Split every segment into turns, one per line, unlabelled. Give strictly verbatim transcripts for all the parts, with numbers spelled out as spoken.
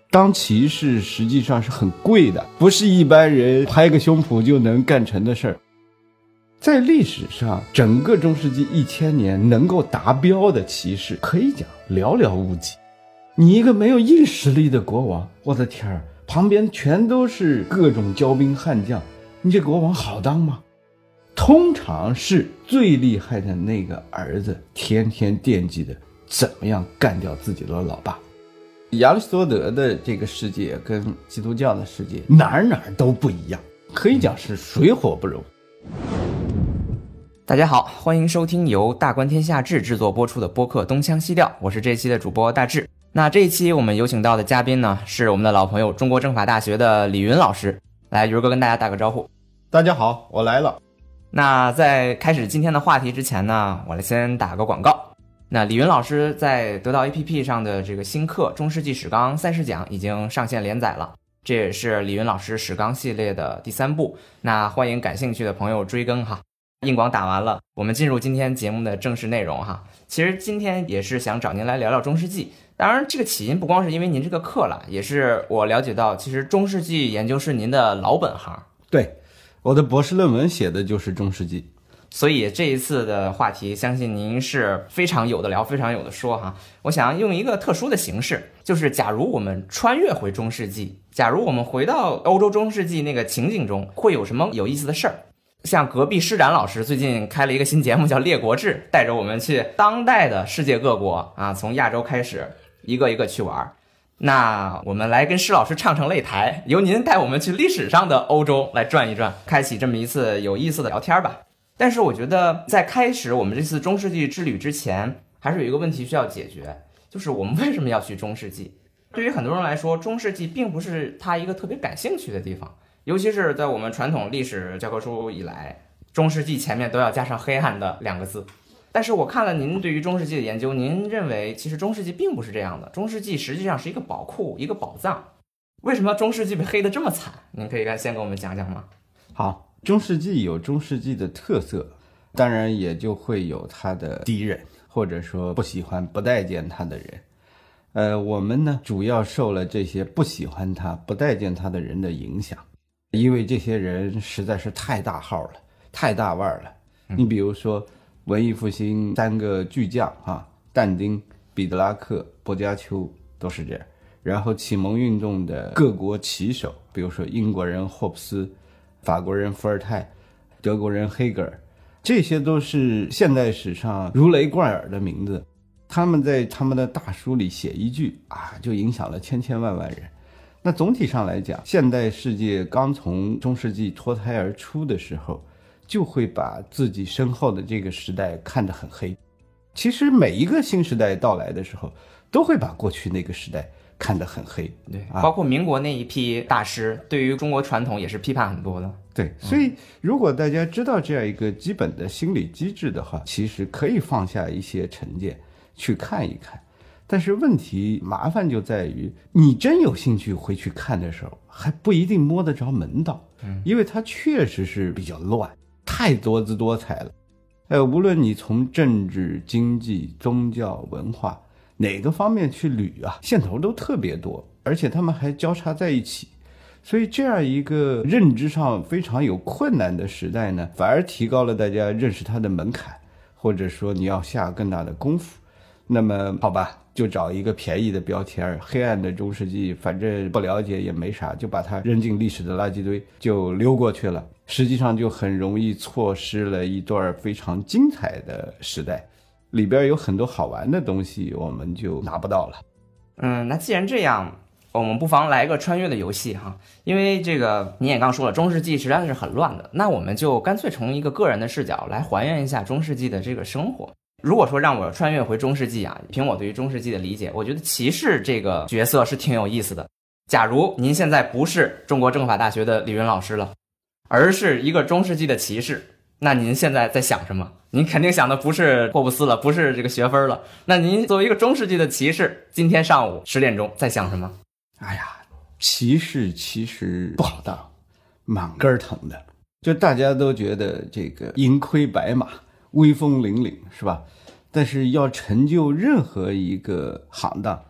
当骑士实际上是很贵的，不是一般人拍个胸脯就能干成的事儿。在历史上，整个中世纪一千年能够达标的骑士，可以讲寥寥无几。你一个没有硬实力的国王，我的天儿，旁边全都是各种骄兵悍将，你这国王好当吗？通常是最厉害的那个儿子天天惦记着怎么样干掉自己的老爸。亚里士多德的这个世界跟基督教的世界哪儿哪儿都不一样，可以讲是水火不容。
大家好，欢迎收听由大观天下志制作播出的播客东腔西调，我是这一期的主播大志。那这一期我们有请到的嘉宾呢，是我们的老朋友中国政法大学的李云老师。来，云哥跟大家打个招呼。
大家好，我来了。
那在开始今天的话题之前呢，我来先打个广告。那李云老师在得到 A P P 上的这个新课《中世纪史纲赛事讲》已经上线连载了，这也是李云老师史纲系列的第三部。那欢迎感兴趣的朋友追更哈。硬广打完了，我们进入今天节目的正式内容哈。其实今天也是想找您来聊聊中世纪，当然这个起因不光是因为您这个课了，也是我了解到其实中世纪研究是您的老本行。
对，我的博士论文写的就是中世纪，
所以这一次的话题相信您是非常有的聊，非常有的说哈。我想用一个特殊的形式，就是假如我们穿越回中世纪，假如我们回到欧洲中世纪那个情景中，会有什么有意思的事儿。像隔壁施展老师最近开了一个新节目叫列国志，带着我们去当代的世界各国啊，从亚洲开始一个一个去玩。那我们来跟施老师唱唱擂台，由您带我们去历史上的欧洲来转一转，开启这么一次有意思的聊天吧。但是我觉得在开始我们这次中世纪之旅之前，还是有一个问题需要解决，就是我们为什么要去中世纪。对于很多人来说，中世纪并不是他一个特别感兴趣的地方，尤其是在我们传统历史教科书以来，中世纪前面都要加上黑暗的两个字。但是我看了您对于中世纪的研究，您认为其实中世纪并不是这样的，中世纪实际上是一个宝库，一个宝藏。为什么中世纪被黑得这么惨？您可以先跟我们讲讲吗？
好，中世纪有中世纪的特色，当然也就会有他的敌人，或者说不喜欢不待见他的人。呃，我们呢主要受了这些不喜欢他不待见他的人的影响，因为这些人实在是太大号了，太大腕了。你比如说文艺复兴三个巨匠啊，但丁、彼得拉克、薄伽丘都是这样。然后启蒙运动的各国旗手，比如说英国人霍布斯、法国人伏尔泰、德国人黑格尔，这些都是现代史上如雷贯耳的名字。他们在他们的大书里写一句啊，就影响了千千万万人。那总体上来讲，现代世界刚从中世纪脱胎而出的时候，就会把自己身后的这个时代看得很黑。其实每一个新时代到来的时候，都会把过去那个时代看得很黑。
对，包括民国那一批大师，对于中国传统也是批判很多的。
对，所以如果大家知道这样一个基本的心理机制的话，其实可以放下一些成见去看一看。但是问题麻烦就在于，你真有兴趣回去看的时候，还不一定摸得着门道，因为它确实是比较乱，太多姿多彩了。呃，无论你从政治、经济、宗教、文化哪个方面去捋啊，线头都特别多，而且他们还交叉在一起。所以这样一个认知上非常有困难的时代呢，反而提高了大家认识它的门槛，或者说你要下更大的功夫。那么好吧，就找一个便宜的标签，黑暗的中世纪，反正不了解也没啥，就把它扔进历史的垃圾堆就溜过去了。实际上就很容易错失了一段非常精彩的时代，里边有很多好玩的东西我们就拿不到了。
嗯，那既然这样，我们不妨来一个穿越的游戏哈，因为这个你也刚说了，中世纪实在是很乱的，那我们就干脆从一个个人的视角来还原一下中世纪的这个生活。如果说让我穿越回中世纪啊，凭我对于中世纪的理解，我觉得骑士这个角色是挺有意思的。假如您现在不是中国政法大学的李云老师了，而是一个中世纪的骑士，那您现在在想什么？您肯定想的不是霍布斯了，不是这个学分了。那您作为一个中世纪的骑士，今天上午十点钟在想什么？
哎呀，骑士其实不好当，满根疼的。就大家都觉得这个银盔白马，威风凛凛，是吧？但是要成就任何一个行当，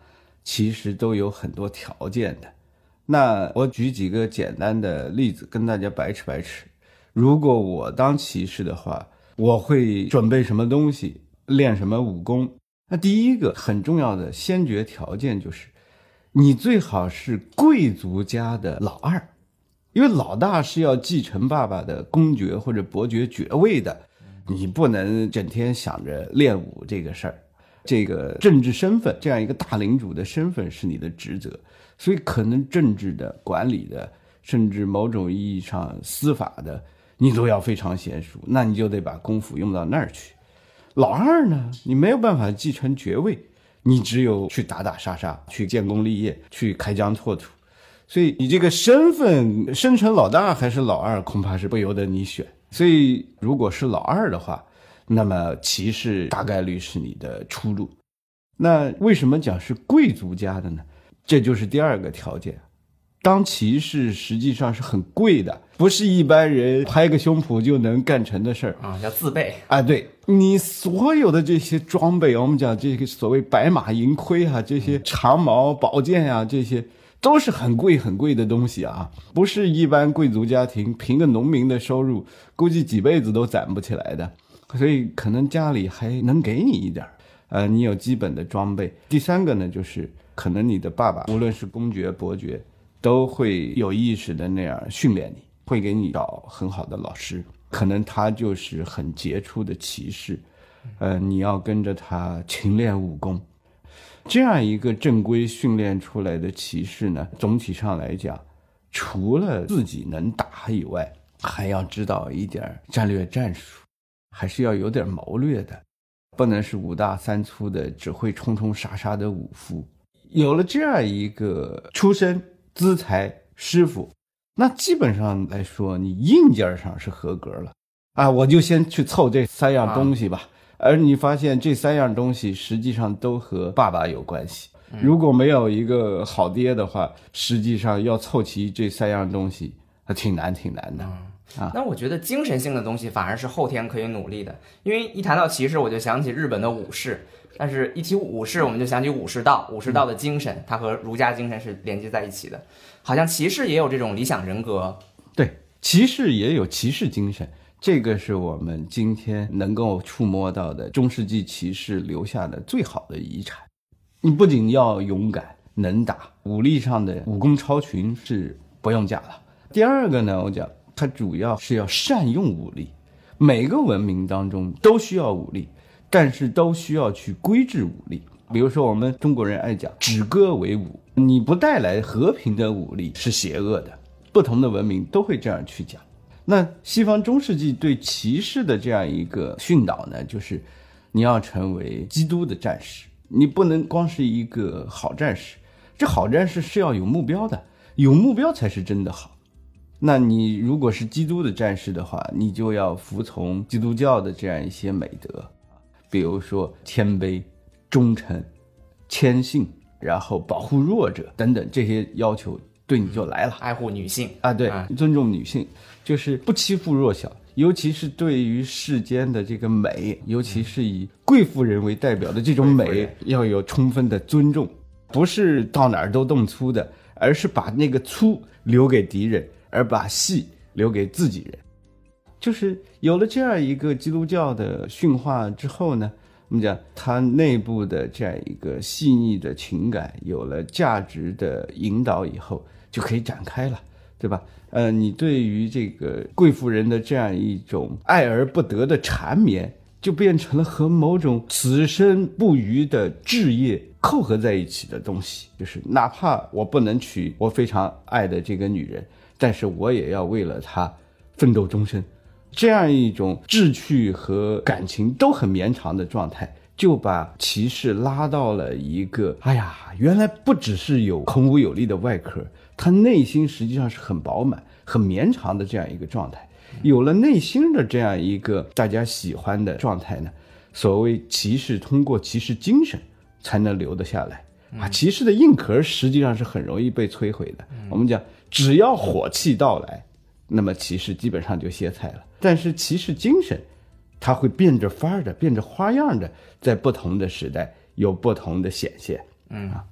其实都有很多条件的。那我举几个简单的例子跟大家白吃白吃。如果我当骑士的话，我会准备什么东西，练什么武功。那第一个很重要的先决条件就是你最好是贵族家的老二，因为老大是要继承爸爸的公爵或者伯爵爵位的，你不能整天想着练武这个事儿。这个政治身份，这样一个大领主的身份是你的职责，所以可能政治的、管理的，甚至某种意义上司法的，你都要非常娴熟，那你就得把功夫用到那儿去。老二呢，你没有办法继承爵位，你只有去打打杀杀，去建功立业，去开疆拓土。所以你这个身份生成老大还是老二，恐怕是不由得你选。所以如果是老二的话，那么骑士大概率是你的出路。那为什么讲是贵族家的呢？这就是第二个条件。当骑士实际上是很贵的，不是一般人拍个胸脯就能干成的事儿
啊，要自备
啊。对，你所有的这些装备，我们讲这个所谓白马银盔啊，这些长矛宝剑啊，这些都是很贵很贵的东西啊，不是一般贵族家庭凭个农民的收入估计几辈子都攒不起来的。所以可能家里还能给你一点呃，你有基本的装备。第三个呢，就是可能你的爸爸无论是公爵伯爵都会有意识的那样训练你，会给你找很好的老师，可能他就是很杰出的骑士，呃，你要跟着他勤练武功。这样一个正规训练出来的骑士呢，总体上来讲，除了自己能打以外，还要知道一点战略战术，还是要有点谋略的，不能是五大三粗的只会冲冲杀杀的武夫。有了这样一个出身资财师傅，那基本上来说你硬件上是合格了啊，我就先去凑这三样东西吧、啊、而你发现这三样东西实际上都和爸爸有关系，如果没有一个好爹的话，实际上要凑齐这三样东西挺难挺难的、嗯
啊，那我觉得精神性的东西反而是后天可以努力的，因为一谈到骑士，我就想起日本的武士，但是一提武士，我们就想起武士道，武士道的精神，它和儒家精神是连接在一起的。好像骑士也有这种理想人格，
对，骑士也有骑士精神，这个是我们今天能够触摸到的中世纪骑士留下的最好的遗产。你不仅要勇敢能打，武力上的武功超群是不用讲了。第二个呢，我讲它主要是要善用武力，每个文明当中都需要武力，但是都需要去规制武力。比如说我们中国人爱讲止戈为武，你不带来和平的武力是邪恶的，不同的文明都会这样去讲。那西方中世纪对骑士的这样一个训导呢，就是你要成为基督的战士，你不能光是一个好战士，这好战士是要有目标的，有目标才是真的好。那你如果是基督的战士的话，你就要服从基督教的这样一些美德，比如说谦卑、忠诚、谦信，然后保护弱者等等，这些要求对你就来了。
爱护女性
啊，对，尊重女性，就是不欺负弱小，尤其是对于世间的这个美，尤其是以贵妇人为代表的这种美，要有充分的尊重，不是到哪儿都动粗的，而是把那个粗留给敌人，而把细留给自己人。就是有了这样一个基督教的训话之后呢，我们讲它内部的这样一个细腻的情感有了价值的引导以后，就可以展开了，对吧？呃，你对于这个贵妇人的这样一种爱而不得的缠绵，就变成了和某种此生不渝的志业扣合在一起的东西，就是哪怕我不能娶我非常爱的这个女人，但是我也要为了她奋斗终身。这样一种志趣和感情都很绵长的状态，就把骑士拉到了一个，哎呀，原来不只是有孔武有力的外壳，他内心实际上是很饱满很绵长的这样一个状态。有了内心的这样一个大家喜欢的状态呢，所谓骑士通过骑士精神才能留得下来啊。骑士的硬壳实际上是很容易被摧毁的，我们讲只要火气到来，那么骑士基本上就歇菜了。但是骑士精神它会变着法儿的变着花样的在不同的时代有不同的显现。
嗯，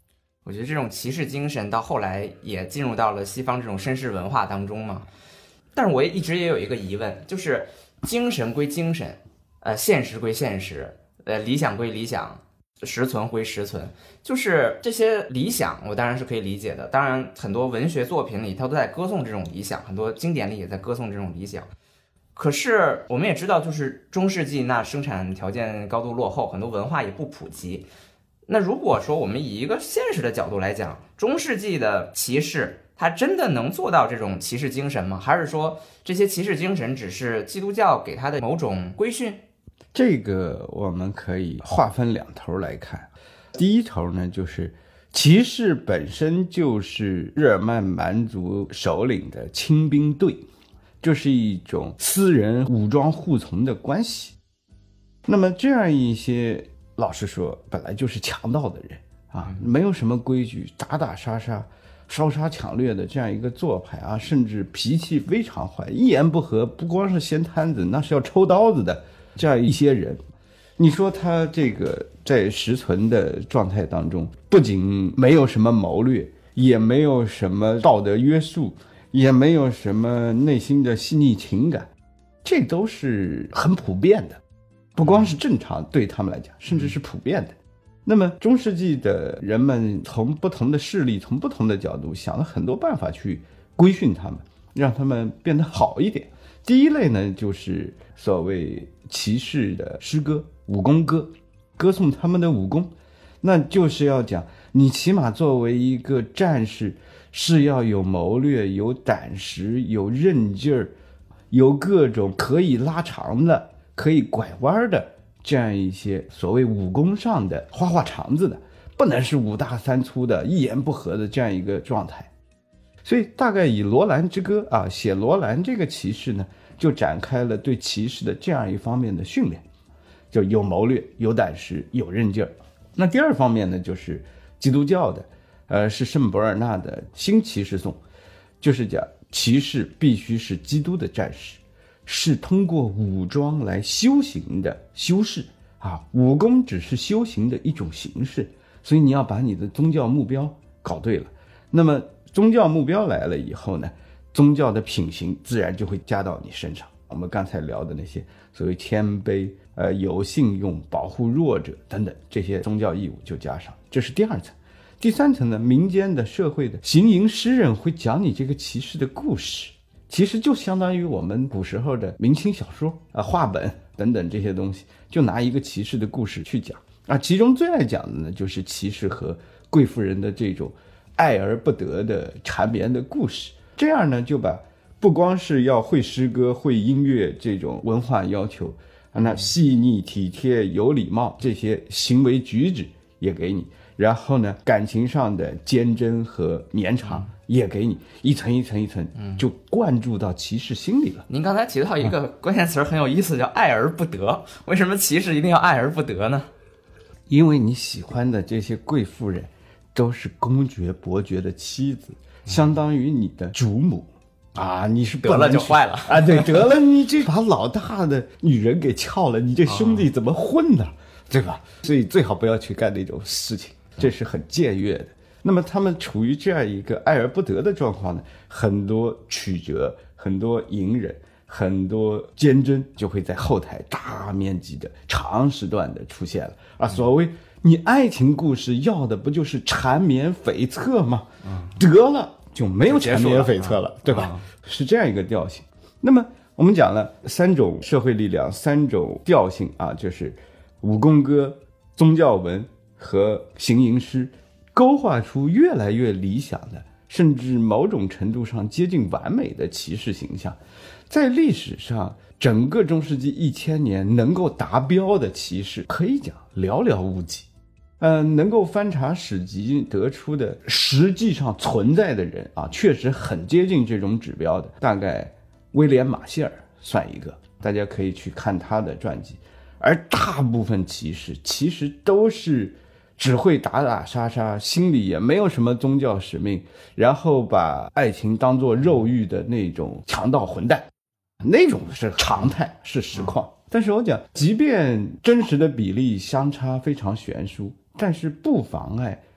我觉得这种骑士精神到后来也进入到了西方这种绅士文化当中嘛。但是我也一直也有一个疑问，就是精神归精神，呃，现实归现实，呃，理想归理想，实存归实存。就是这些理想，我当然是可以理解的。当然，很多文学作品里它都在歌颂这种理想，很多经典里也在歌颂这种理想。可是我们也知道，就是中世纪那生产条件高度落后，很多文化也不普及。那如果说我们以一个现实的角度来讲，中世纪的骑士他真的能做到这种骑士精神吗？还是说这些骑士精神只是基督教给他的某种规训？
这个我们可以划分两头来看。第一头呢，就是骑士本身就是日耳曼蛮族首领的亲兵队，这是一种私人武装护从的关系。那么这样一些老实说本来就是强盗的人啊，没有什么规矩，打打杀杀烧杀抢掠的这样一个做派啊，甚至脾气非常坏，一言不合不光是掀摊子，那是要抽刀子的这样一些人。你说他这个在实存的状态当中，不仅没有什么谋略，也没有什么道德约束，也没有什么内心的细腻情感，这都是很普遍的，不光是正常对他们来讲，甚至是普遍的。那么中世纪的人们从不同的势力，从不同的角度想了很多办法去规训他们，让他们变得好一点。第一类呢，就是所谓骑士的诗歌、武功歌，歌颂他们的武功。那就是要讲，你起码作为一个战士，是要有谋略、有胆识、有韧劲儿，有各种可以拉长的、可以拐弯的这样一些所谓武功上的花花肠子的，不能是五大三粗的一言不合的这样一个状态。所以大概以罗兰之歌啊，写罗兰这个骑士呢，就展开了对骑士的这样一方面的训练，就有谋略、有胆识、有韧劲儿。那第二方面呢，就是基督教的，呃，是圣伯尔纳的新骑士颂，就是讲骑士必须是基督的战士，是通过武装来修行的修士啊，武功只是修行的一种形式，所以你要把你的宗教目标搞对了。那么宗教目标来了以后呢，宗教的品行自然就会加到你身上。我们刚才聊的那些所谓谦卑、呃有信用、保护弱者等等，这些宗教义务就加上，这是第二层。第三层呢，民间的社会的行吟诗人会讲你这个骑士的故事，其实就相当于我们古时候的明清小说啊、话本等等这些东西，就拿一个骑士的故事去讲啊。其中最爱讲的呢，就是骑士和贵妇人的这种爱而不得的缠绵的故事。这样呢，就把不光是要会诗歌、会音乐这种文化要求啊，那细腻、体贴、有礼貌这些行为举止也给你，然后呢，感情上的坚贞和绵长也给你，一层一层一层，就灌注到骑士心里了。
您刚才提到一个关键词很有意思，叫爱而不得。为什么骑士一定要爱而不得呢？
因为你喜欢的这些贵妇人都是公爵、伯爵的妻子，相当于你的主母啊，你是
得了就坏了
啊！对，得了，你这把老大的女人给撬了，你这兄弟怎么混呢？对吧？所以最好不要去干那种事情，这是很僭越的。那么他们处于这样一个爱而不得的状况呢，很多曲折、很多隐忍、很多坚贞就会在后台大面积的、长时段的出现了啊！所谓你爱情故事要的不就是缠绵悱恻吗？得了。就没有缠绵悱恻了，对吧？啊、是这样一个调性。那么我们讲了三种社会力量，三种调性啊，就是武功歌、宗教文和行吟诗，勾画出越来越理想的，甚至某种程度上接近完美的骑士形象。在历史上，整个中世纪一千年能够达标的骑士，可以讲寥寥无几。呃，能够翻查史籍得出的实际上存在的人啊，确实很接近这种指标的，大概威廉·马歇尔算一个，大家可以去看他的传记。而大部分骑士其实都是只会打打杀杀，心里也没有什么宗教使命，然后把爱情当作肉欲的那种强盗混蛋，那种是常态，是实况。但是我讲，即便真实的比例相差非常悬殊，但是不妨碍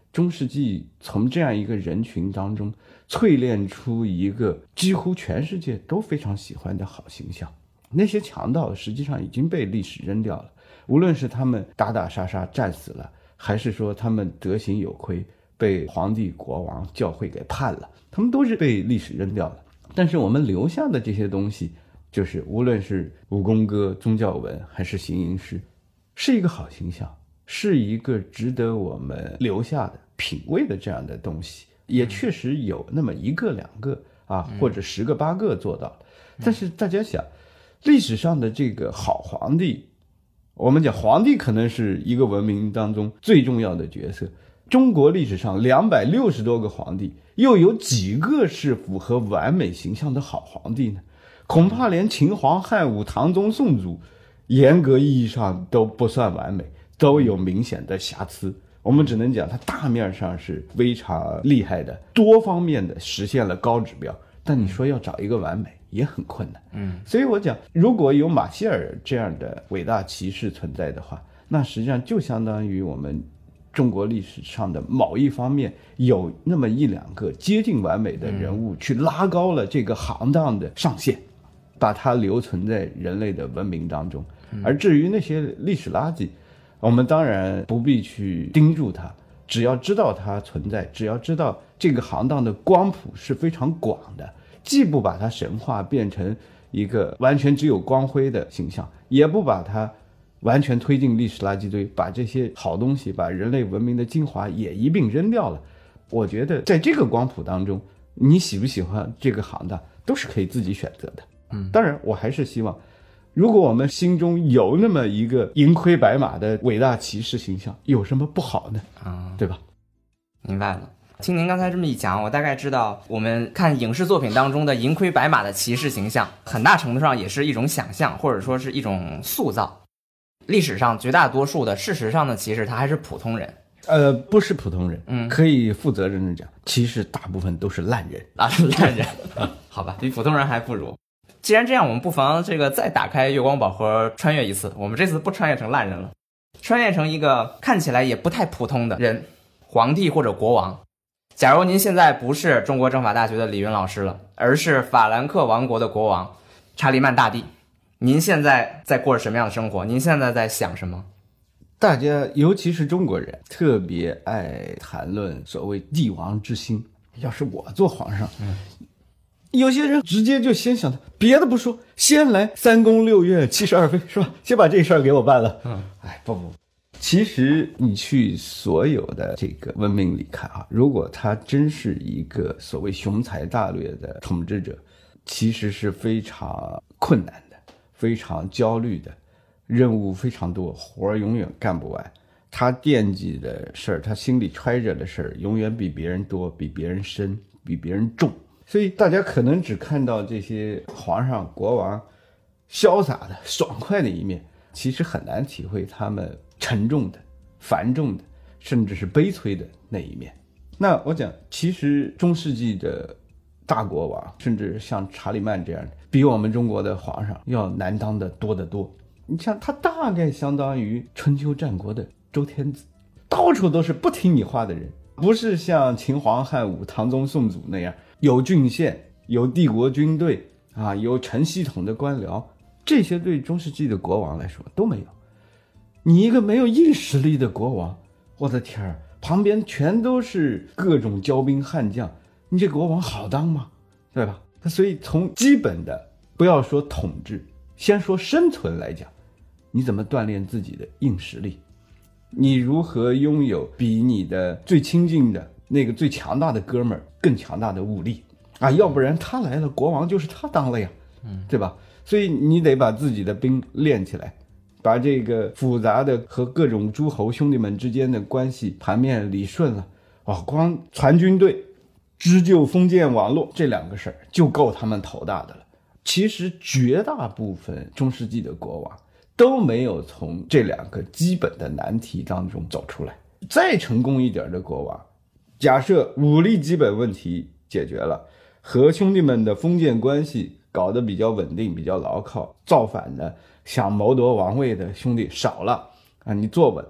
中世纪从这样一个人群当中淬炼出一个几乎全世界都非常喜欢的好形象。那些强盗实际上已经被历史扔掉了，无论是他们打打杀杀战死了，还是说他们德行有亏被皇帝国王教会给判了，他们都是被历史扔掉了。但是我们留下的这些东西，就是无论是武功歌、宗教文还是行吟诗，是一个好形象，是一个值得我们留下的品味的这样的东西，也确实有那么一个两个啊，或者十个八个做到了。但是大家想，历史上的这个好皇帝，我们讲皇帝可能是一个文明当中最重要的角色，中国历史上两百六十多个皇帝，又有几个是符合完美形象的好皇帝呢？恐怕连秦皇汉武唐宗宋祖严格意义上都不算完美，都有明显的瑕疵。我们只能讲它大面上是非常厉害的，多方面的实现了高指标，但你说要找一个完美也很困难。
嗯，
所以我讲，如果有马歇尔这样的伟大骑士存在的话，那实际上就相当于我们中国历史上的某一方面有那么一两个接近完美的人物，去拉高了这个行当的上限，把它留存在人类的文明当中。而至于那些历史垃圾，我们当然不必去盯住它，只要知道它存在，只要知道这个行当的光谱是非常广的，既不把它神化变成一个完全只有光辉的形象，也不把它完全推进历史垃圾堆，把这些好东西，把人类文明的精华也一并扔掉了。我觉得在这个光谱当中，你喜不喜欢这个行当都是可以自己选择的。嗯，当然我还是希望，如果我们心中有那么一个银盔白马的伟大骑士形象，有什么不好呢？啊，对吧？
明白了。听您刚才这么一讲，我大概知道我们看影视作品当中的银盔白马的骑士形象，很大程度上也是一种想象，或者说是一种塑造。历史上绝大多数的事实上的骑士，他还是普通人。
呃，不是普通人，
嗯，
可以负责任的讲，其实大部分都是烂人
啊，烂人，好吧，比普通人还不如。既然这样，我们不妨这个再打开月光宝盒穿越一次，我们这次不穿越成烂人了，穿越成一个看起来也不太普通的人，皇帝或者国王。假如您现在不是中国政法大学的李云老师了，而是法兰克王国的国王查理曼大帝，您现在在过着什么样的生活？您现在在想什么？
大家尤其是中国人特别爱谈论所谓帝王之心，要是我做皇上，嗯，有些人直接就先想到别的不说，先来三宫六院七十二妃，是吧？先把这事儿给我办了。嗯，哎，不不，其实你去所有的这个文明里看啊，如果他真是一个所谓雄才大略的统治者，其实是非常困难的，非常焦虑的，任务非常多，活儿永远干不完。他惦记的事儿，他心里揣着的事儿，永远比别人多，比别人深，比别人重。所以大家可能只看到这些皇上、国王潇洒的、爽快的一面，其实很难体会他们沉重的、繁重的，甚至是悲催的那一面。那我讲，其实中世纪的大国王，甚至像查理曼这样的，比我们中国的皇上要难当的多得多。你像他大概相当于春秋战国的周天子，到处都是不听你话的人，不是像秦皇汉武唐宗宋祖那样有郡县，有帝国军队啊，有成系统的官僚，这些对中世纪的国王来说都没有。你一个没有硬实力的国王，我的天儿，旁边全都是各种骄兵悍将，你这国王好当吗？对吧？所以从基本的，不要说统治，先说生存来讲，你怎么锻炼自己的硬实力？你如何拥有比你的最亲近的那个最强大的哥们儿更强大的武力啊？要不然他来了，国王就是他当了呀，嗯，对吧？所以你得把自己的兵练起来，把这个复杂的和各种诸侯兄弟们之间的关系盘面理顺了，哦，光传军队、织就封建网络这两个事儿就够他们头大的了。其实绝大部分中世纪的国王都没有从这两个基本的难题当中走出来。再成功一点的国王，假设武力基本问题解决了，和兄弟们的封建关系搞得比较稳定，比较牢靠，造反的想谋夺王位的兄弟少了啊，你坐稳了，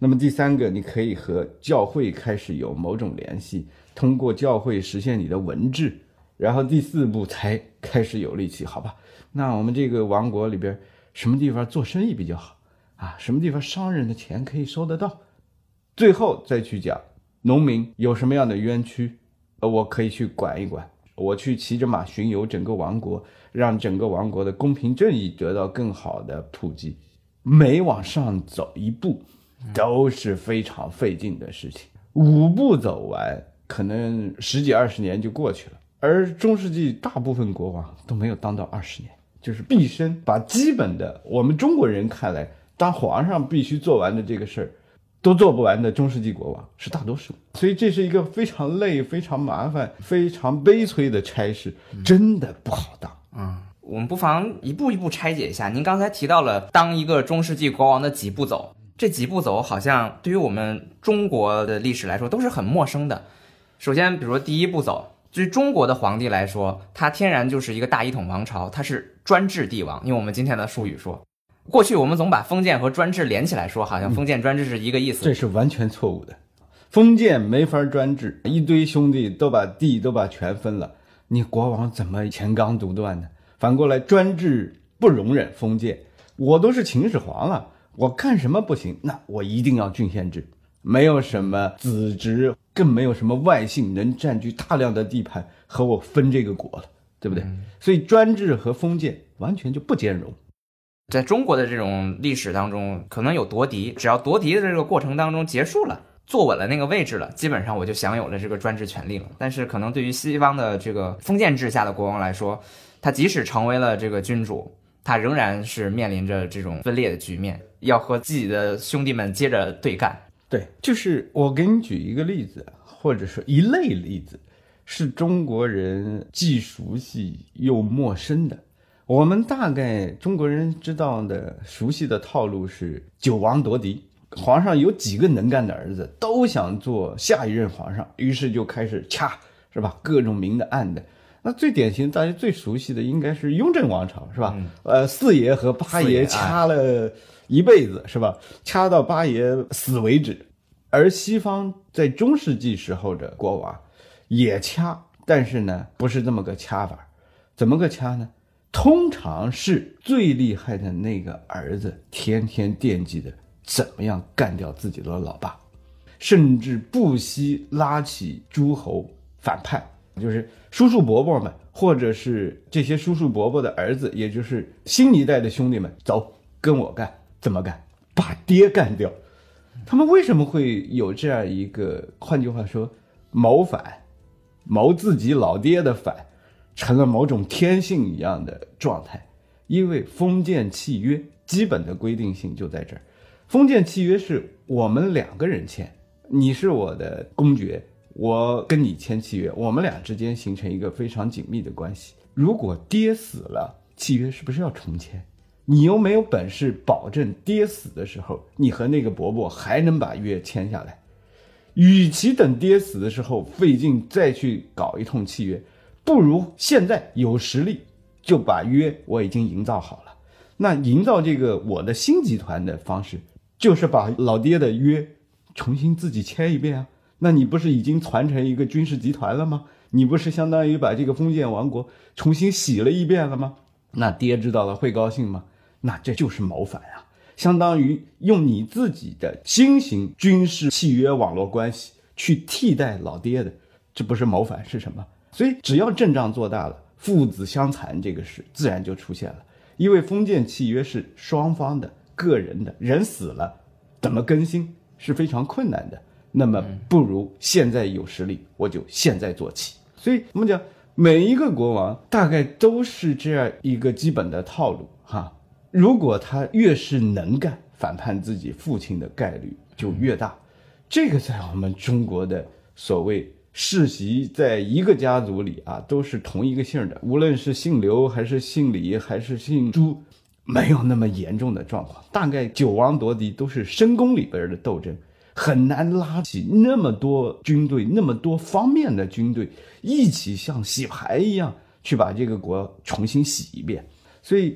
那么第三个，你可以和教会开始有某种联系，通过教会实现你的文治，然后第四步才开始有力气，好吧？那我们这个王国里边什么地方做生意比较好啊？什么地方商人的钱可以收得到？最后再去讲农民有什么样的冤屈，呃，我可以去管一管，我去骑着马巡游整个王国，让整个王国的公平正义得到更好的普及。每往上走一步都是非常费劲的事情，五步走完可能十几二十年就过去了，而中世纪大部分国王都没有当到二十年，就是毕生把基本的我们中国人看来当皇上必须做完的这个事儿都做不完的中世纪国王是大多数，所以这是一个非常累、非常麻烦、非常悲催的差事，真的不好当。
嗯，我们不妨一步一步拆解一下。您刚才提到了当一个中世纪国王的几步走，这几步走好像对于我们中国的历史来说都是很陌生的。首先，比如说第一步走，对于中国的皇帝来说，他天然就是一个大一统王朝，他是专制帝王，用我们今天的术语说。过去我们总把封建和专制连起来说，好像封建专制是一个意思，
这是完全错误的。封建没法专制，一堆兄弟都把地都把权分了，你国王怎么乾纲独断呢？反过来，专制不容忍封建，我都是秦始皇了，我干什么不行？那我一定要郡县制，没有什么子侄，更没有什么外姓能占据大量的地盘和我分这个国了，对不对？嗯、所以专制和封建完全就不兼容。
在中国的这种历史当中，可能有夺嫡，只要夺嫡的这个过程当中结束了，坐稳了那个位置了，基本上我就享有了这个专制权利了。但是可能对于西方的这个封建制下的国王来说，他即使成为了这个君主，他仍然是面临着这种分裂的局面，要和自己的兄弟们接着对干。
对，就是我给你举一个例子，或者说一类例子，是中国人既熟悉又陌生的。我们大概中国人知道的熟悉的套路是九王夺嫡，皇上有几个能干的儿子都想做下一任皇上，于是就开始掐，是吧？各种明的暗的。那最典型大家最熟悉的应该是雍正王朝，是吧？嗯、呃，四爷和八爷掐了一辈子，是吧？掐到八爷死为止。而西方在中世纪时候的国王也掐，但是呢不是这么个掐法。怎么个掐呢？通常是最厉害的那个儿子天天惦记着怎么样干掉自己的老爸，甚至不惜拉起诸侯反叛，就是叔叔伯伯们，或者是这些叔叔伯伯的儿子，也就是新一代的兄弟们，走，跟我干。怎么干？把爹干掉。他们为什么会有这样一个，换句话说，谋反，谋自己老爹的反，成了某种天性一样的状态？因为封建契约基本的规定性就在这儿。封建契约是我们两个人签，你是我的公爵，我跟你签契约，我们俩之间形成一个非常紧密的关系。如果爹死了，契约是不是要重签？你又没有本事保证爹死的时候，你和那个伯伯还能把约签下来。与其等爹死的时候费劲再去搞一通契约，不如现在有实力就把约我已经营造好了。那营造这个我的新集团的方式，就是把老爹的约重新自己签一遍啊。那你不是已经传承一个军事集团了吗？你不是相当于把这个封建王国重新洗了一遍了吗？那爹知道了会高兴吗？那这就是谋反啊，相当于用你自己的新型军事契约网络关系去替代老爹的，这不是谋反是什么？所以只要阵仗做大了，父子相残这个事自然就出现了。因为封建契约是双方的、个人的，人死了怎么更新是非常困难的，那么不如现在有实力，我就现在做起。所以我们讲每一个国王大概都是这样一个基本的套路哈。如果他越是能干，反叛自己父亲的概率就越大。这个在我们中国的所谓世袭，在一个家族里啊，都是同一个姓的，无论是姓刘还是姓李还是姓朱，没有那么严重的状况。大概九王夺嫡都是深宫里边的斗争，很难拉起那么多军队，那么多方面的军队一起像洗牌一样去把这个国重新洗一遍。所以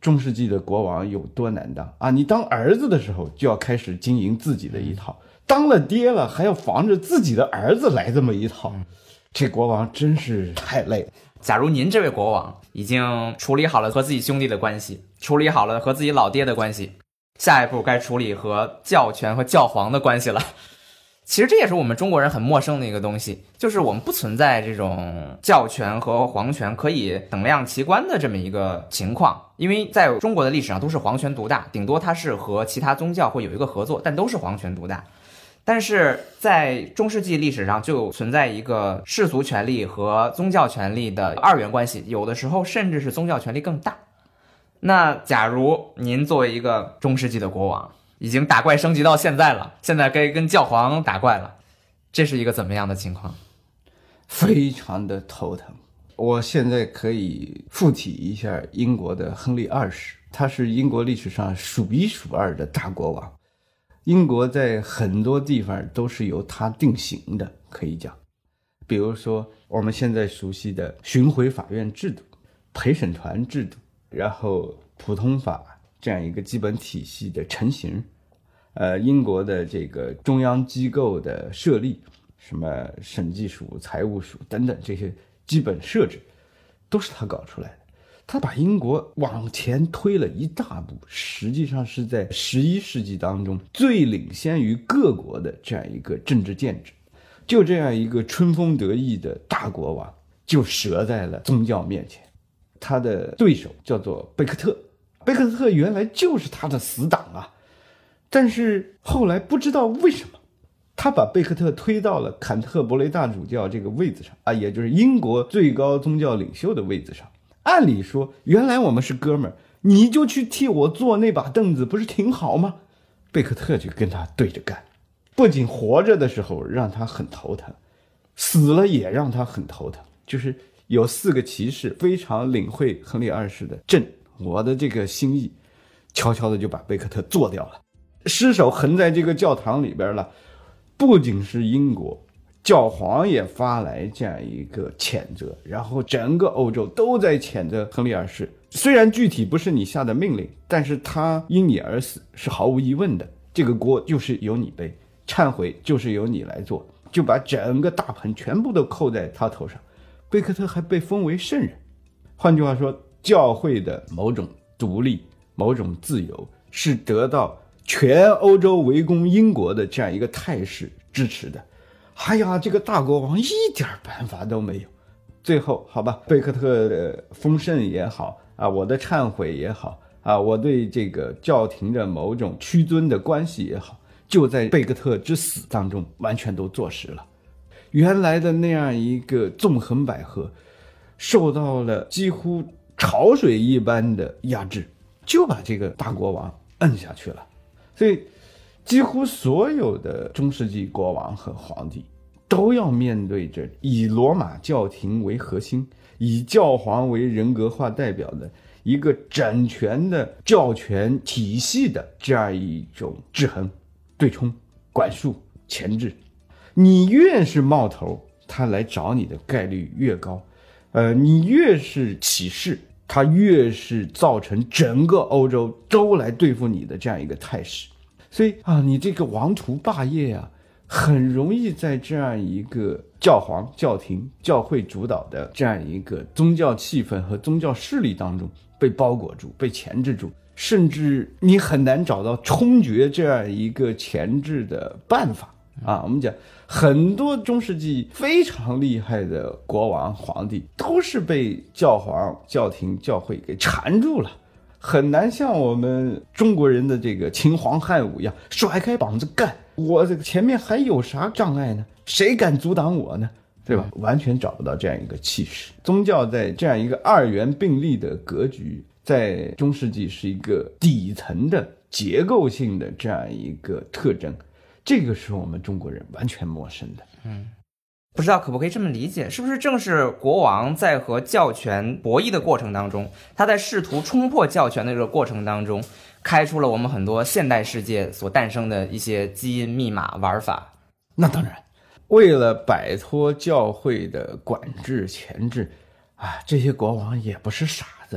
中世纪的国王有多难当啊！你当儿子的时候就要开始经营自己的一套，当了爹了还要防着自己的儿子来这么一套，这国王真是太累了。
假如您这位国王已经处理好了和自己兄弟的关系，处理好了和自己老爹的关系，下一步该处理和教权和教皇的关系了。其实这也是我们中国人很陌生的一个东西，就是我们不存在这种教权和皇权可以等量齐观的这么一个情况，因为在中国的历史上都是皇权独大，顶多它是和其他宗教会有一个合作，但都是皇权独大。但是在中世纪历史上就存在一个世俗权力和宗教权力的二元关系，有的时候甚至是宗教权力更大。那假如您作为一个中世纪的国王，已经打怪升级到现在了，现在该跟教皇打怪了，这是一个怎么样的情况？
非常的头疼。我现在可以附体一下英国的亨利二世，他是英国历史上数一数二的大国王，英国在很多地方都是由他定型的，可以讲，比如说我们现在熟悉的巡回法院制度、陪审团制度，然后普通法这样一个基本体系的成型，呃，英国的这个中央机构的设立，什么审计署、财务署等等这些基本设置，都是他搞出来的。他把英国往前推了一大步，实际上是在十一世纪当中最领先于各国的这样一个政治建制。就这样一个春风得意的大国王，就折在了宗教面前。他的对手叫做贝克特，贝克特原来就是他的死党啊，但是后来不知道为什么，他把贝克特推到了坎特伯雷大主教这个位子上啊，也就是英国最高宗教领袖的位子上。按理说，原来我们是哥们儿，你就去替我坐那把凳子，不是挺好吗？贝克特就跟他对着干，不仅活着的时候让他很头疼，死了也让他很头疼。就是有四个骑士非常领会亨利二世的朕我的这个心意，悄悄的就把贝克特做掉了。尸首横在这个教堂里边了，不仅是英国，教皇也发来这样一个谴责，然后整个欧洲都在谴责亨利二世。虽然具体不是你下的命令，但是他因你而死是毫无疑问的，这个锅就是由你背，忏悔就是由你来做，就把整个大盆全部都扣在他头上。贝克特还被封为圣人，换句话说，教会的某种独立、某种自由是得到全欧洲围攻英国的这样一个态势支持的。哎呀，这个大国王一点办法都没有。最后好吧，贝克特的丰盛也好啊，我的忏悔也好啊，我对这个教廷的某种屈尊的关系也好，就在贝克特之死当中完全都坐实了。原来的那样一个纵横捭阖，受到了几乎潮水一般的压制，就把这个大国王摁下去了。所以几乎所有的中世纪国王和皇帝都要面对着以罗马教廷为核心，以教皇为人格化代表的一个整全的教权体系的这样一种制衡、对冲、管束、钳制。你越是冒头，他来找你的概率越高，呃，你越是起势，他越是造成整个欧洲都来对付你的这样一个态势。所以啊，你这个王图霸业啊，很容易在这样一个教皇、教廷、教会主导的这样一个宗教气氛和宗教势力当中被包裹住、被钳制住，甚至你很难找到冲决这样一个钳制的办法啊。我们讲很多中世纪非常厉害的国王、皇帝都是被教皇、教廷、教会给缠住了。很难像我们中国人的这个秦皇汉武一样甩开膀子干，我这个前面还有啥障碍呢？谁敢阻挡我呢？对吧？完全找不到这样一个气势。宗教在这样一个二元并立的格局，在中世纪是一个底层的结构性的这样一个特征，这个是我们中国人完全陌生的。
嗯。不知道可不可以这么理解，是不是正是国王在和教权博弈的过程当中，他在试图冲破教权的这个过程当中，开出了我们很多现代世界所诞生的一些基因密码玩法？
那当然，为了摆脱教会的管制钳制啊，这些国王也不是傻子，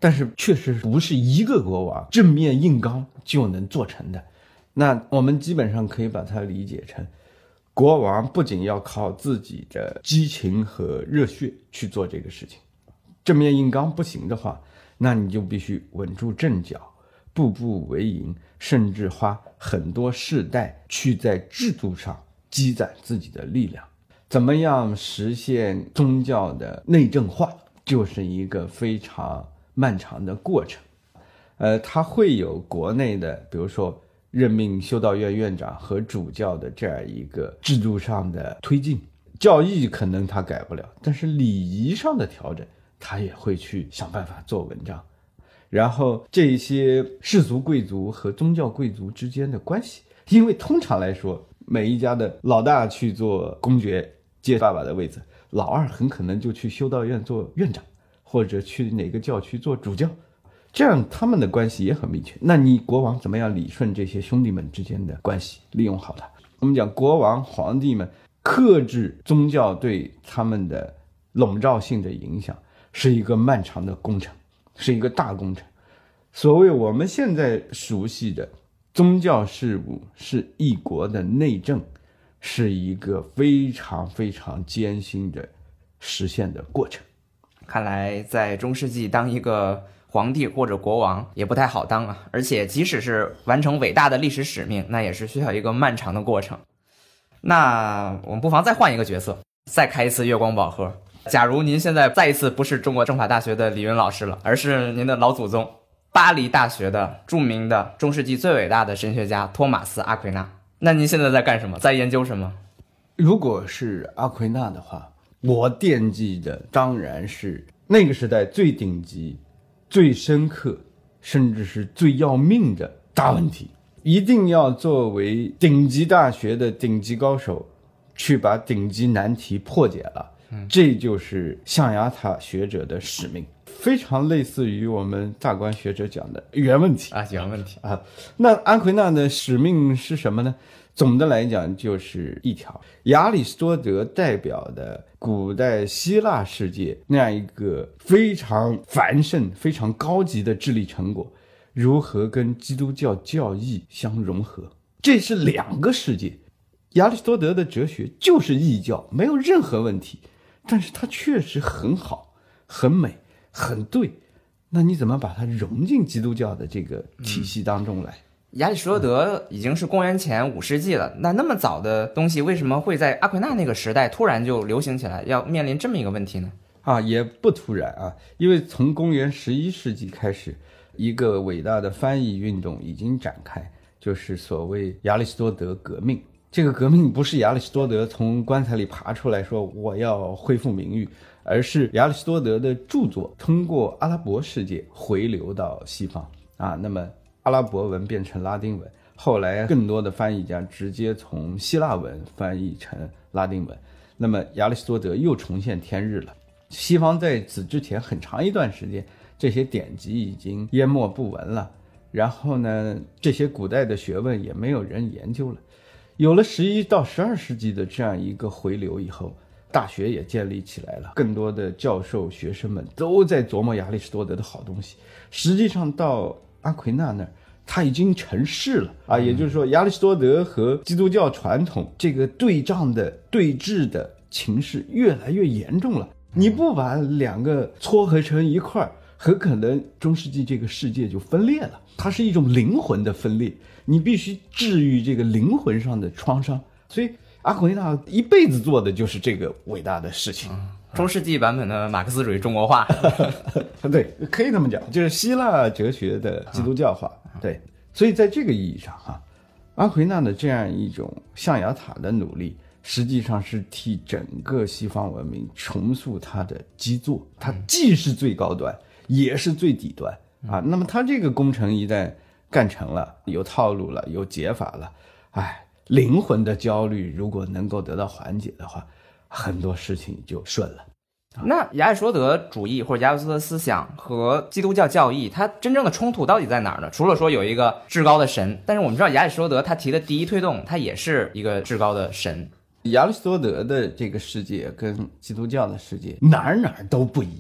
但是确实不是一个国王正面硬刚就能做成的。那我们基本上可以把它理解成，国王不仅要靠自己的激情和热血去做这个事情，正面硬刚不行的话，那你就必须稳住阵脚，步步为营，甚至花很多世代去在制度上积攒自己的力量。怎么样实现宗教的内政化，就是一个非常漫长的过程。呃，它会有国内的，比如说任命修道院院长和主教的这样一个制度上的推进，教义可能它改不了，但是礼仪上的调整，它也会去想办法做文章。然后这些世俗贵族和宗教贵族之间的关系，因为通常来说，每一家的老大去做公爵接爸爸的位置，老二很可能就去修道院做院长，或者去哪个教区做主教，这样他们的关系也很密切。那你国王怎么样理顺这些兄弟们之间的关系，利用好它？我们讲国王皇帝们克制宗教对他们的笼罩性的影响，是一个漫长的工程，是一个大工程。所谓我们现在熟悉的宗教事务是一国的内政，是一个非常非常艰辛的实现的过程。
看来在中世纪当一个皇帝或者国王也不太好当啊，而且即使是完成伟大的历史使命，那也是需要一个漫长的过程。那我们不妨再换一个角色，再开一次月光宝盒。假如您现在再一次不是中国政法大学的李云老师了，而是您的老祖宗，巴黎大学的著名的中世纪最伟大的神学家托马斯·阿奎那，那您现在在干什么？在研究什么？
如果是阿奎那的话，我惦记的当然是那个时代最顶级、最深刻，甚至是最要命的大问题，一定要作为顶级大学的顶级高手去把顶级难题破解了。这就是象牙塔学者的使命，非常类似于我们大观学者讲的原问题
啊，原问题
啊。那阿奎那的使命是什么呢？总的来讲就是一条，亚里士多德代表的古代希腊世界那样一个非常繁盛、非常高级的智力成果，如何跟基督教教义相融合？这是两个世界。亚里士多德的哲学就是异教，没有任何问题。但是它确实很好，很美，很对。那你怎么把它融进基督教的这个体系当中来？
嗯、亚里士多德已经是公元前五世纪了，那那么早的东西为什么会在阿奎那那个时代突然就流行起来，要面临这么一个问题呢？
啊，也不突然啊，因为从公元十一世纪开始，一个伟大的翻译运动已经展开，就是所谓亚里士多德革命。这个革命不是亚里士多德从棺材里爬出来说我要恢复名誉，而是亚里士多德的著作通过阿拉伯世界回流到西方啊。那么阿拉伯文变成拉丁文，后来更多的翻译家直接从希腊文翻译成拉丁文，那么亚里士多德又重现天日了。西方在此之前很长一段时间，这些典籍已经淹没不闻了，然后呢，这些古代的学问也没有人研究了。有了十一到十二世纪的这样一个回流以后，大学也建立起来了，更多的教授学生们都在琢磨亚里士多德的好东西。实际上到阿奎那那儿，他已经成事了啊，也就是说亚里士多德和基督教传统这个对仗的对峙的情势越来越严重了。你不把两个撮合成一块儿，很可能中世纪这个世界就分裂了。它是一种灵魂的分裂，你必须治愈这个灵魂上的创伤。所以阿奎那一辈子做的就是这个伟大的事情。
嗯、中世纪版本的马克思主义中国化
对，可以这么讲，就是希腊哲学的基督教化。嗯、对，所以在这个意义上哈，阿奎那的这样一种象牙塔的努力，实际上是替整个西方文明重塑它的基座，它既是最高端也是最底端啊。那么它这个工程一旦干成了，有套路了，有解法了，哎，灵魂的焦虑如果能够得到缓解的话，很多事情就顺了。
那亚里士多德主义或者亚里士多德思想和基督教教义，它真正的冲突到底在哪儿呢？除了说有一个至高的神，但是我们知道亚里士多德他提的第一推动，他也是一个至高的神。
亚里士多德的这个世界跟基督教的世界哪儿哪儿都不一样。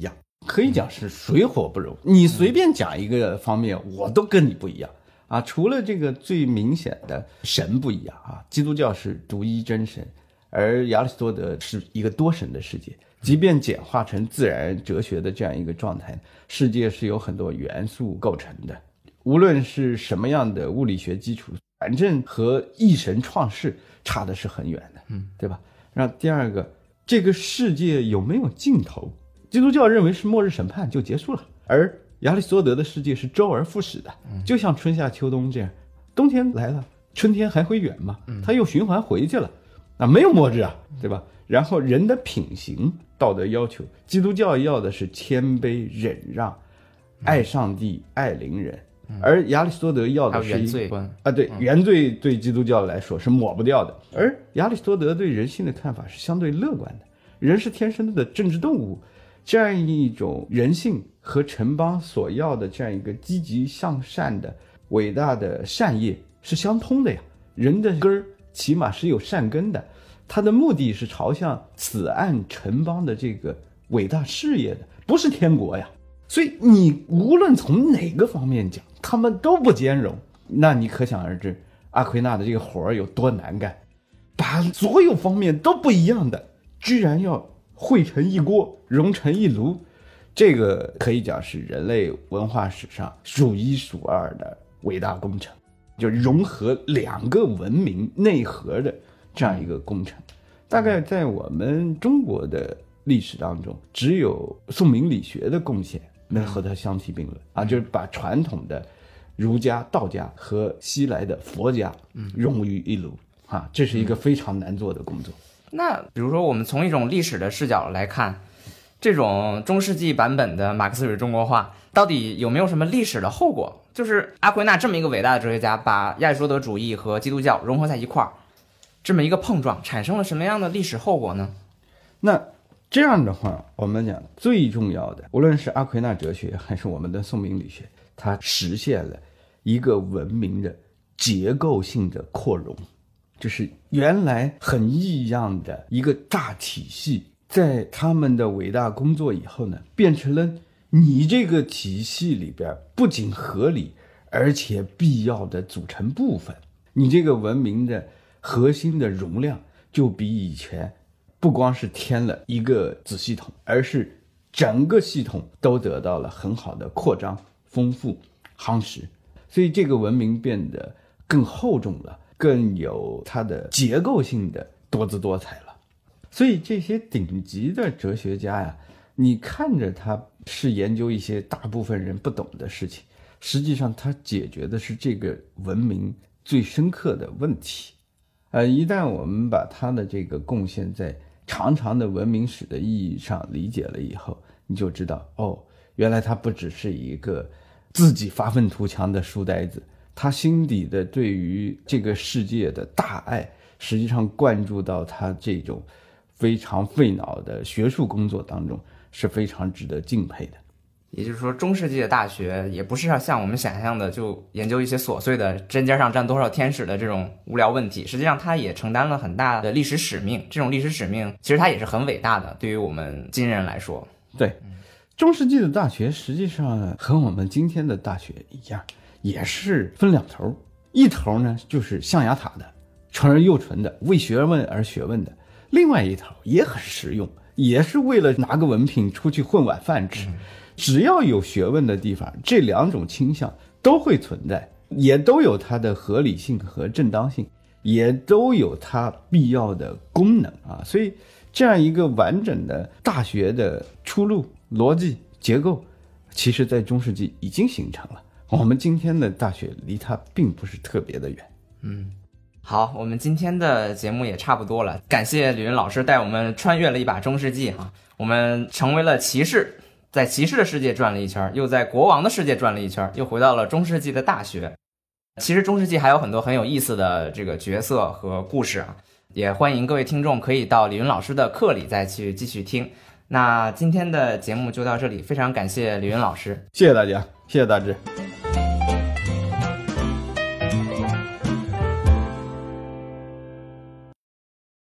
可以讲是水火不容。你随便讲一个方面，我都跟你不一样啊。除了这个最明显的神不一样啊，基督教是独一真神，而亚里士多德是一个多神的世界。即便简化成自然哲学的这样一个状态，世界是由很多元素构成的，无论是什么样的物理学基础，反正和一神创世差的是很远的，嗯，对吧？然后第二个，这个世界有没有尽头？基督教认为是末日审判就结束了，而亚里士多德的世界是周而复始的，就像春夏秋冬这样，冬天来了，春天还会远吗？它又循环回去了，啊，没有末日啊，对吧？然后人的品行道德要求，基督教要的是谦卑忍让，爱上帝爱邻人，而亚里士多德要的是
原罪观
啊，对，原罪对基督教来说是抹不掉的，而亚里士多德对人性的看法是相对乐观的，人是天生的政治动物，这样一种人性和城邦所要的这样一个积极向善的伟大的善业是相通的呀，人的根儿起码是有善根的，他的目的是朝向此岸城邦的这个伟大事业的，不是天国呀。所以你无论从哪个方面讲，他们都不兼容，那你可想而知阿奎那的这个活儿有多难干，把所有方面都不一样的居然要汇成一锅融成一炉，这个可以讲是人类文化史上数一数二的伟大工程，就融合两个文明内核的这样一个工程。大概在我们中国的历史当中，只有宋明理学的贡献能和它相提并论啊，就是把传统的儒家道家和西来的佛家融于一炉啊，这是一个非常难做的工作。
那比如说我们从一种历史的视角来看，这种中世纪版本的马克思主义中国化到底有没有什么历史的后果？就是阿奎那这么一个伟大的哲学家把亚里士多德主义和基督教融合在一块儿，这么一个碰撞产生了什么样的历史后果呢？
那这样的话，我们讲最重要的，无论是阿奎那哲学还是我们的宋明理学，它实现了一个文明的结构性的扩容，就是原来很异样的一个大体系，在他们的伟大工作以后呢，变成了你这个体系里边不仅合理而且必要的组成部分，你这个文明的核心的容量就比以前不光是添了一个子系统，而是整个系统都得到了很好的扩张丰富夯实，所以这个文明变得更厚重了，更有它的结构性的多姿多彩了。所以这些顶级的哲学家呀，你看着他是研究一些大部分人不懂的事情，实际上他解决的是这个文明最深刻的问题。呃，一旦我们把他的这个贡献在长长的文明史的意义上理解了以后，你就知道，哦，原来他不只是一个自己发愤图强的书呆子，他心底的对于这个世界的大爱，实际上灌注到他这种非常费脑的学术工作当中，是非常值得敬佩的。
也就是说，中世纪的大学也不是像我们想象的就研究一些琐碎的针尖上站多少天使的这种无聊问题，实际上它也承担了很大的历史使命。这种历史使命其实它也是很伟大的，对于我们今人来说。
对，中世纪的大学实际上和我们今天的大学一样，也是分两头，一头呢就是象牙塔的，纯而又纯的，为学问而学问的；另外一头也很实用，也是为了拿个文凭出去混碗饭吃。嗯，只要有学问的地方，这两种倾向都会存在，也都有它的合理性和正当性，也都有它必要的功能啊。所以这样一个完整的大学的出路、逻辑、结构，其实在中世纪已经形成了。我们今天的大学离它并不是特别的远。
嗯，好，我们今天的节目也差不多了，感谢吕云老师带我们穿越了一把中世纪哈，我们成为了骑士。在骑士的世界转了一圈，又在国王的世界转了一圈，又回到了中世纪的大学。其实中世纪还有很多很有意思的这个角色和故事啊，也欢迎各位听众可以到李云老师的课里再去继续听。那今天的节目就到这里，非常感谢李云老师，
谢谢大家，谢谢大志。